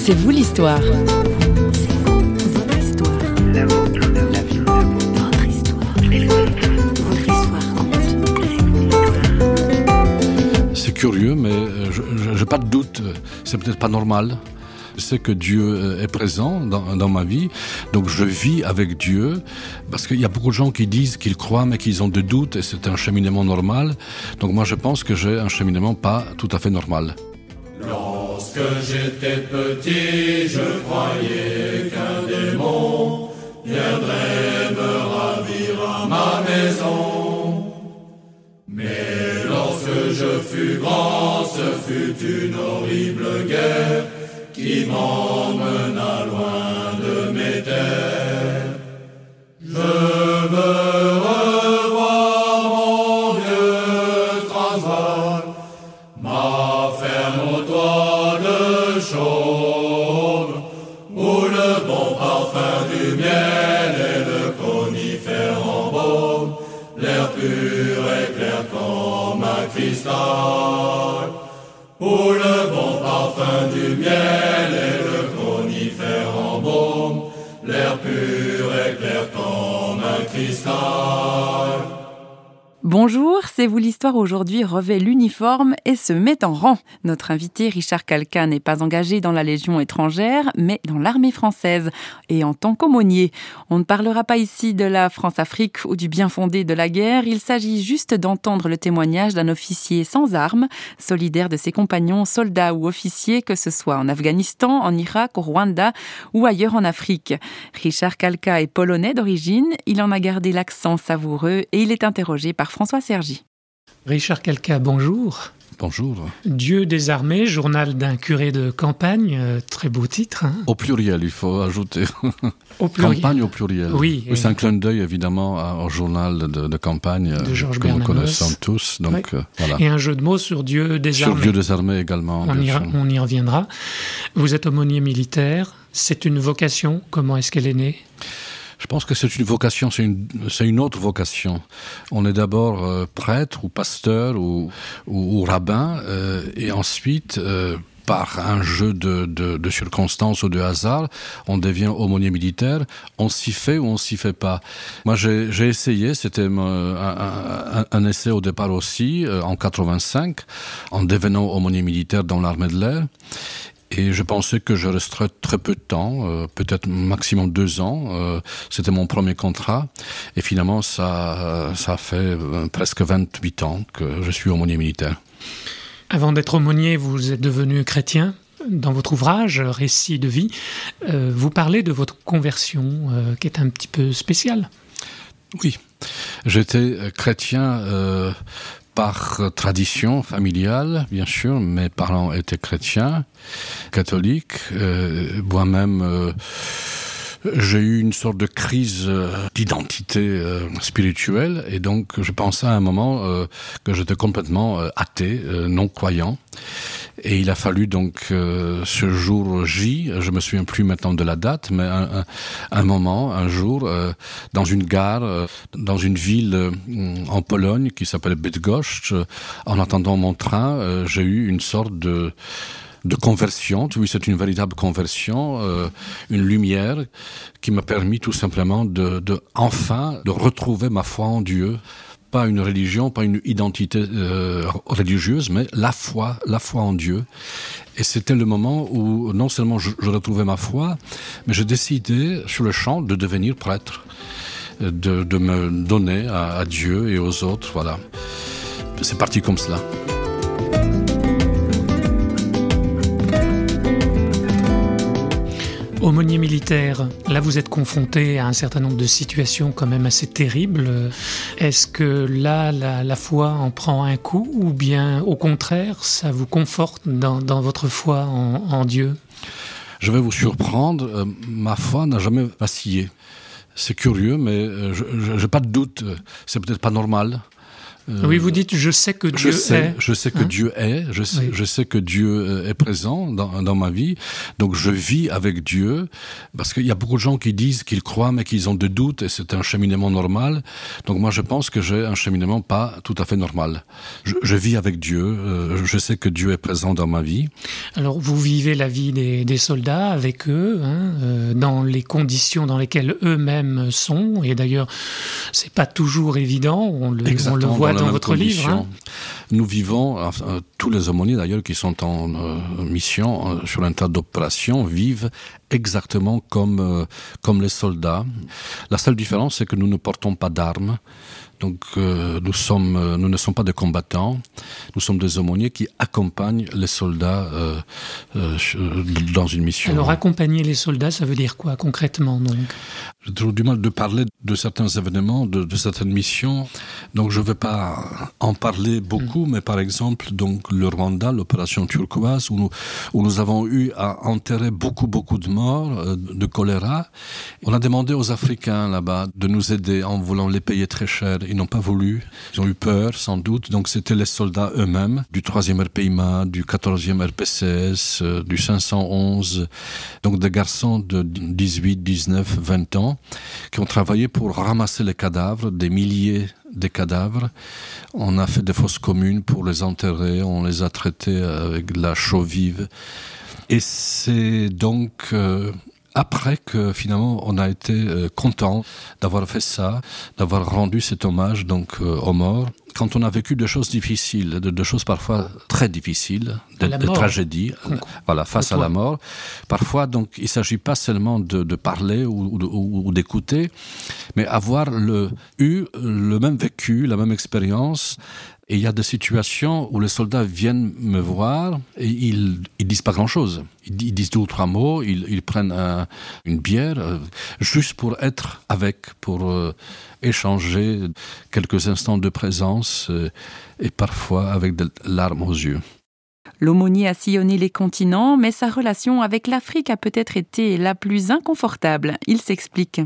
C'est vous l'histoire. La vôtre. La vie. Votre histoire. Votre histoire compte. C'est curieux, mais je n'ai pas de doute. C'est peut-être pas normal. Je sais que Dieu est présent dans ma vie, donc je vis avec Dieu, parce qu'il y a beaucoup de gens qui disent qu'ils croient, mais qu'ils ont des doutes, et c'est un cheminement normal. Donc moi, je pense que j'ai un cheminement pas tout à fait normal. Lorsque j'étais petit, je croyais qu'un démon viendrait me ravir à ma maison. Mais lorsque je fus grand, ce fut une horrible guerre qui m'emmena loin de mes terres. Je veux revoir mon vieux Transvaal, ma ferme au toit de chaume, où le bon parfum du miel et le conifère en baume, l'air pur et clair comme un cristal. Où le bon parfum du miel et le conifère en baume, l'air pur et clair comme un cristal. Bonjour, C'est vous l'histoire aujourd'hui revêt l'uniforme et se met en rang. Notre invité Richard Calca n'est pas engagé dans la Légion étrangère, mais dans l'armée française et en tant qu'aumônier. On ne parlera pas ici de la France-Afrique ou du bien fondé de la guerre, il s'agit juste d'entendre le témoignage d'un officier sans armes, solidaire de ses compagnons, soldats ou officiers, que ce soit en Afghanistan, en Irak, au Rwanda ou ailleurs en Afrique. Richard Calca est polonais d'origine, il en a gardé l'accent savoureux et il est interrogé par François Sergi. Richard Calca, bonjour. Bonjour. Dieu des armées, journal d'un curé de campagne, très beau titre. Hein. Au pluriel, il faut ajouter. Au pluriel. Campagne au pluriel. Oui. C'est un clin d'œil, évidemment, au journal de campagne de Georges que nous Bernanos. connaissons tous. Donc, Oui. voilà. Et un jeu de mots sur Dieu des armées. Sur Dieu des armées également. On y reviendra. Vous êtes aumônier militaire. C'est une vocation. Comment est-ce qu'elle est née ? Je pense que c'est une vocation, c'est une autre vocation. On est d'abord prêtre ou pasteur ou rabbin, et ensuite, par un jeu de circonstances ou de hasard, on devient aumônier militaire. On s'y fait ou on s'y fait pas. Moi, j'ai essayé, c'était un essai au départ aussi, en 85, en devenant aumônier militaire dans l'armée de l'air. Et je pensais que je resterais très peu de temps, peut-être maximum 2 ans. C'était mon premier contrat. Et finalement, ça a fait presque 28 ans que je suis aumônier militaire. Avant d'être aumônier, vous êtes devenu chrétien. Dans votre ouvrage, Récit de vie, vous parlez de votre conversion, qui est un petit peu spéciale. Oui, j'étais chrétien par tradition familiale, bien sûr. Mes parents étaient chrétiens, catholiques. Moi-même, j'ai eu une sorte de crise d'identité spirituelle. Et donc, je pensais à un moment que j'étais complètement athée, non-croyant. Et il a fallu donc ce jour J, je me souviens plus maintenant de la date, mais un jour, dans une gare, dans une ville en Pologne qui s'appelle Bydgoszcz, en attendant mon train, j'ai eu une sorte de conversion. Oui, c'est une véritable conversion, une lumière qui m'a permis tout simplement enfin de retrouver ma foi en Dieu. Pas une religion, pas une identité religieuse, mais la foi en Dieu. Et c'était le moment où non seulement je retrouvais ma foi, mais je décidais sur le champ de devenir prêtre, de me donner à Dieu et aux autres. Voilà. C'est parti comme cela. Aumônier militaire, là vous êtes confronté à un certain nombre de situations quand même assez terribles. Est-ce que là, la foi en prend un coup ou bien au contraire, ça vous conforte dans votre foi en Dieu ? Je vais vous surprendre, ma foi n'a jamais vacillé. C'est curieux, mais je n'ai pas de doute, c'est peut-être pas normal. Oui, vous dites, je sais que Dieu est. Je sais que Dieu est, je sais que Dieu est présent dans ma vie. Donc je vis avec Dieu, parce qu'il y a beaucoup de gens qui disent qu'ils croient, mais qu'ils ont des doutes, et c'est un cheminement normal. Donc moi je pense que j'ai un cheminement pas tout à fait normal. Je vis avec Dieu, je sais que Dieu est présent dans ma vie. Alors vous vivez la vie des soldats avec eux, dans les conditions dans lesquelles eux-mêmes sont, et d'ailleurs c'est pas toujours évident, on le voit dans votre livre. Nous vivons, tous les aumôniers d'ailleurs qui sont en mission sur un tas d'opérations vivent exactement comme les soldats. La seule différence, c'est que nous ne portons pas d'armes. Donc nous ne sommes pas des combattants, nous sommes des aumôniers qui accompagnent les soldats dans une mission. Alors accompagner les soldats, ça veut dire quoi concrètement donc ? J'ai toujours du mal de parler de certains événements, de certaines missions, donc je ne vais pas en parler beaucoup, mais par exemple donc le Rwanda, l'opération turquoise, où nous avons eu à enterrer beaucoup de morts de choléra. On a demandé aux Africains là-bas de nous aider en voulant les payer très cher. Ils n'ont pas voulu, ils ont eu peur sans doute, donc c'était les soldats eux-mêmes, du 3e RPIMA, du 14e RPCS, du 511, donc des garçons de 18, 19, 20 ans, qui ont travaillé pour ramasser les cadavres, des milliers de cadavres. On a fait des fosses communes pour les enterrer, on les a traités avec de la chaux vive. Et c'est donc après que finalement on a été content d'avoir fait ça, d'avoir rendu cet hommage donc aux morts. Quand on a vécu des choses difficiles, des choses parfois très difficiles, des tragédies, face à la mort, parfois donc il s'agit pas seulement de parler ou d'écouter, mais avoir eu le même vécu, la même expérience. Et il y a des situations où les soldats viennent me voir et ils disent pas grand-chose. Ils disent 2 ou 3 mots, ils prennent une bière, juste pour être avec, pour échanger quelques instants de présence et parfois avec des larmes aux yeux. L'aumônier a sillonné les continents, mais sa relation avec l'Afrique a peut-être été la plus inconfortable. Il s'explique.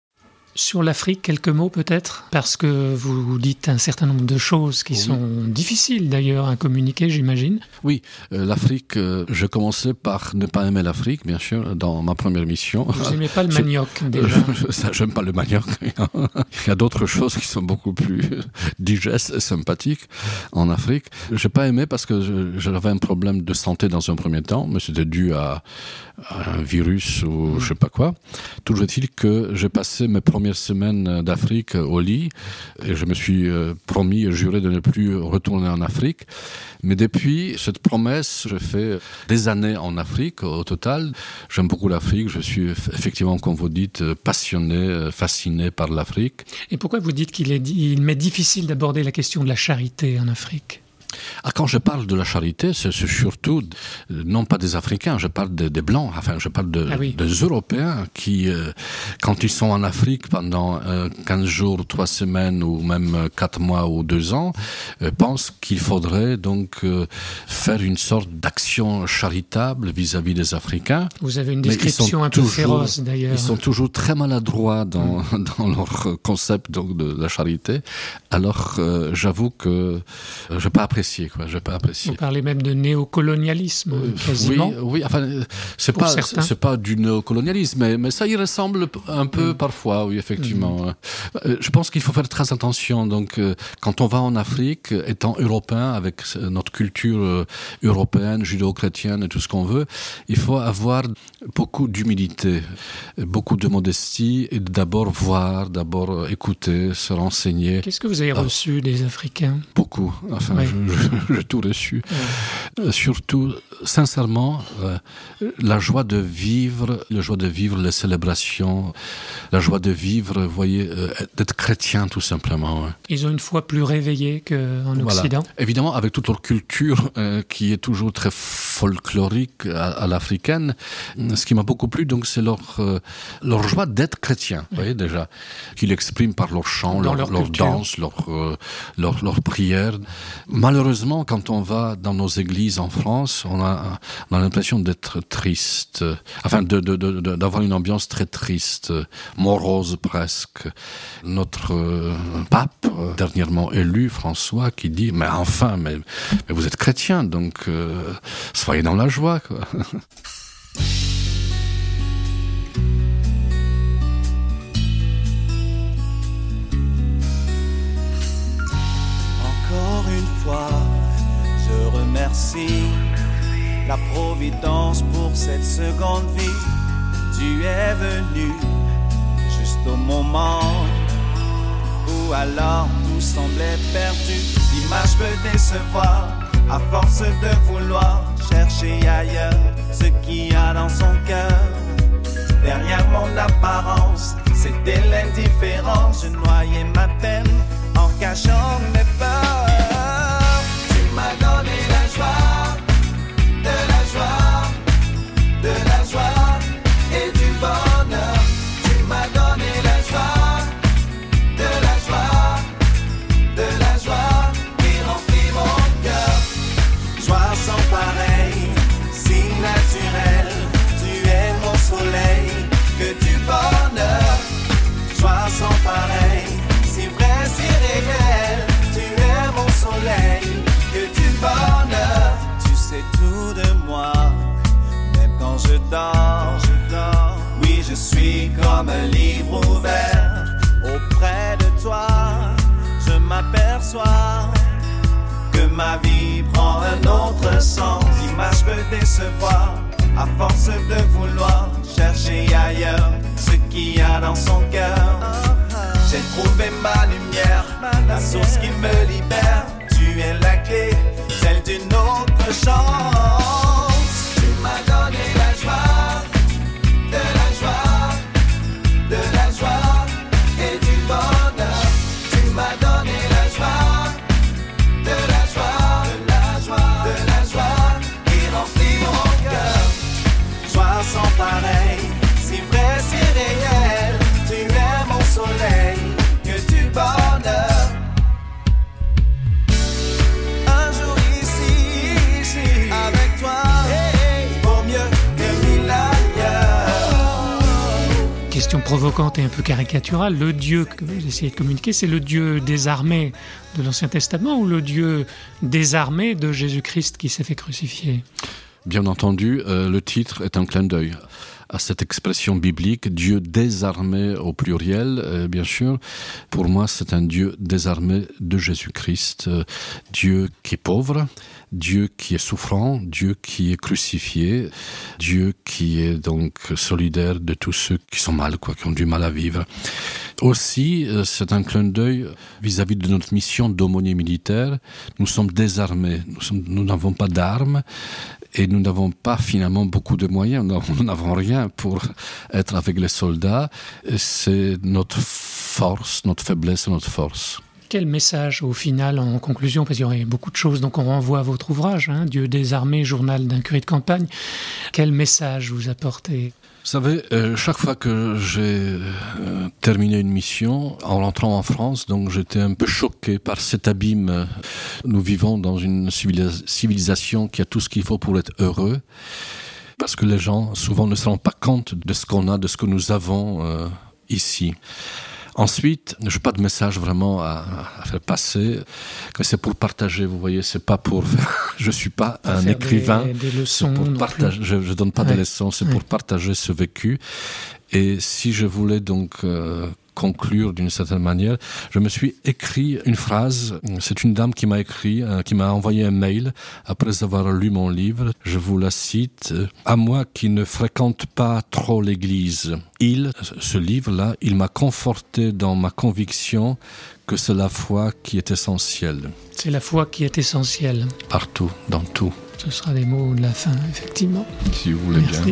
Sur l'Afrique, quelques mots peut-être, parce que vous dites un certain nombre de choses qui sont difficiles d'ailleurs à communiquer, j'imagine. Oui, l'Afrique, je commençais par ne pas aimer l'Afrique, bien sûr, dans ma première mission. Vous n'aimez pas le manioc déjà? J'aime pas le manioc. Il y a d'autres choses qui sont beaucoup plus digestes et sympathiques en Afrique. J'ai pas aimé parce que j'avais un problème de santé dans un premier temps, mais c'était dû à un virus ou je sais pas quoi. Toujours est-il que j'ai passé mes premières semaines d'Afrique au lit et je me suis promis et juré de ne plus retourner en Afrique. Mais depuis cette promesse, j'ai fait des années en Afrique au total. J'aime beaucoup l'Afrique, je suis effectivement, comme vous dites, passionné, fasciné par l'Afrique. Et pourquoi vous dites qu'il m'est difficile d'aborder la question de la charité en Afrique ? Quand je parle de la charité, c'est surtout, non pas des Africains, je parle des Blancs, enfin je parle des Européens qui, quand ils sont en Afrique pendant 15 jours, 3 semaines ou même 4 mois ou 2 ans, pensent qu'il faudrait donc faire une sorte d'action charitable vis-à-vis des Africains. Vous avez une description un peu féroce d'ailleurs. Ils sont toujours très maladroits dans leur concept donc, de la charité. Alors j'avoue que je n'ai pas apprécié. J'ai pas apprécié. Vous parlez même de néocolonialisme, quasiment. Oui, enfin, c'est pas du néocolonialisme, mais ça y ressemble un peu parfois, oui, effectivement. Je pense qu'il faut faire très attention. Donc, quand on va en Afrique, étant européen, avec notre culture européenne, judéo-chrétienne et tout ce qu'on veut, il faut avoir beaucoup d'humilité, beaucoup de modestie et d'abord voir, d'abord écouter, se renseigner. Qu'est-ce que vous avez reçu des Africains ? Beaucoup. Enfin, j'ai tout reçu. Surtout, sincèrement, la joie de vivre, les célébrations, la joie de vivre, vous voyez, d'être chrétien tout simplement. Ouais. Ils ont une foi plus réveillée qu'en Occident. Évidemment, avec toute leur culture qui est toujours très folklorique à l'africaine, ce qui m'a beaucoup plu, donc, c'est leur joie d'être chrétien, vous voyez déjà, qu'ils expriment par leur chant, leur danse, leur prière. Malheureusement, quand on va dans nos églises l'Église en France, on a l'impression d'être triste, d'avoir une ambiance très triste, morose presque. Notre pape, dernièrement élu, François, qui dit « Mais enfin, mais vous êtes chrétien, donc soyez dans la joie, quoi. » Je remercie la Providence pour cette seconde vie. Tu es venu juste au moment où alors tout semblait perdu. L'image peut décevoir à force de vouloir chercher ailleurs ce qu'il y a dans son cœur. Derrière mon apparence, c'était l'indifférence. Je noyais ma peine en cachant mes peurs. Tu m'as donné la joie, de la joie, de la joie et du bonheur. Tu m'as donné la joie, de la joie, de la joie qui remplit mon cœur. Joie sans pareil, si naturelle. Tu es mon soleil, que du bonheur. Joie sans pareil, si vrai, si réel. Tu es mon soleil, que du bonheur. Tu sais tout de moi, même quand je dors. Oui, je suis comme un livre ouvert. Auprès de toi, je m'aperçois que ma vie prend un autre sens. L'image peut décevoir à force de vouloir chercher ailleurs ce qu'il y a dans son cœur. J'ai trouvé ma lumière, la source qui me libère. Tu es la clé, celle d'une autre chance. Tu m'as donné la joie, de la joie, de la joie et du bonheur. Tu m'as donné la joie, de la joie, de la joie, de la joie qui remplit mon cœur. Joie sans pareil, si vrai, si réel. Tu es mon soleil, que du bonheur. Un jour ici, avec toi, pour mieux que mille ailleurs. Question provocante et un peu caricaturale, le Dieu que vous essayez de communiquer, c'est le Dieu désarmé de l'Ancien Testament ou le Dieu désarmé de Jésus-Christ qui s'est fait crucifier ? Bien entendu, le titre est un clin d'œil à cette expression biblique, Dieu désarmé au pluriel, bien sûr. Pour moi, c'est un Dieu désarmé de Jésus-Christ, Dieu qui est pauvre, Dieu qui est souffrant, Dieu qui est crucifié, Dieu qui est donc solidaire de tous ceux qui sont mal, qui ont du mal à vivre. Aussi, c'est un clin d'œil vis-à-vis de notre mission d'aumônier militaire. Nous sommes désarmés, nous n'avons pas d'armes et nous n'avons pas finalement beaucoup de moyens. Nous n'avons rien pour être avec les soldats. Et c'est notre force, notre faiblesse et notre force. Quel message au final, en conclusion, parce qu'il y aurait beaucoup de choses, donc on renvoie à votre ouvrage, Dieu désarmé, journal d'un curé de campagne. Quel message vous apportez ? Vous savez, chaque fois que j'ai terminé une mission, en rentrant en France, donc j'étais un peu choqué par cet abîme. Nous vivons dans une civilisation qui a tout ce qu'il faut pour être heureux, parce que les gens, souvent, ne se rendent pas compte de ce qu'on a, de ce que nous avons ici. Ensuite, je n'ai pas de message vraiment à faire passer. C'est pour partager, vous voyez, c'est pas pour... Je suis pas un écrivain. Des leçons. Pour partager, je donne pas des leçons, c'est pour partager ce vécu. Et si je voulais donc conclure d'une certaine manière, je me suis écrit une phrase. C'est une dame qui m'a écrit, qui m'a envoyé un mail après avoir lu mon livre. Je vous la cite. À moi qui ne fréquente pas trop l'église, ce livre-là, il m'a conforté dans ma conviction que c'est la foi qui est essentielle. C'est la foi qui est essentielle. Partout, dans tout. Ce sera les mots de la fin, effectivement. Si vous voulez bien.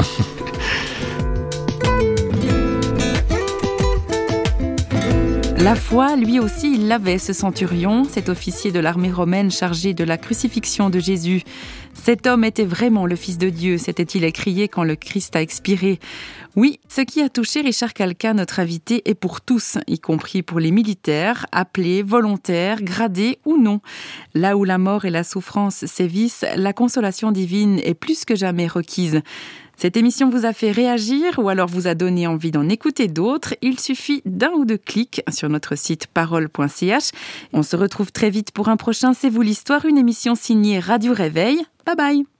La foi, lui aussi, il l'avait, ce centurion, cet officier de l'armée romaine chargé de la crucifixion de Jésus. Cet homme était vraiment le Fils de Dieu, s'était-il écrié quand le Christ a expiré. Oui, ce qui a touché Richard Calca, notre invité, est pour tous, y compris pour les militaires, appelés, volontaires, gradés ou non. Là où la mort et la souffrance sévissent, la consolation divine est plus que jamais requise. Cette émission vous a fait réagir ou alors vous a donné envie d'en écouter d'autres. Il suffit d'un ou deux clics sur notre site parole.ch. On se retrouve très vite pour un prochain C'est vous l'histoire, une émission signée Radio Réveil. Bye bye.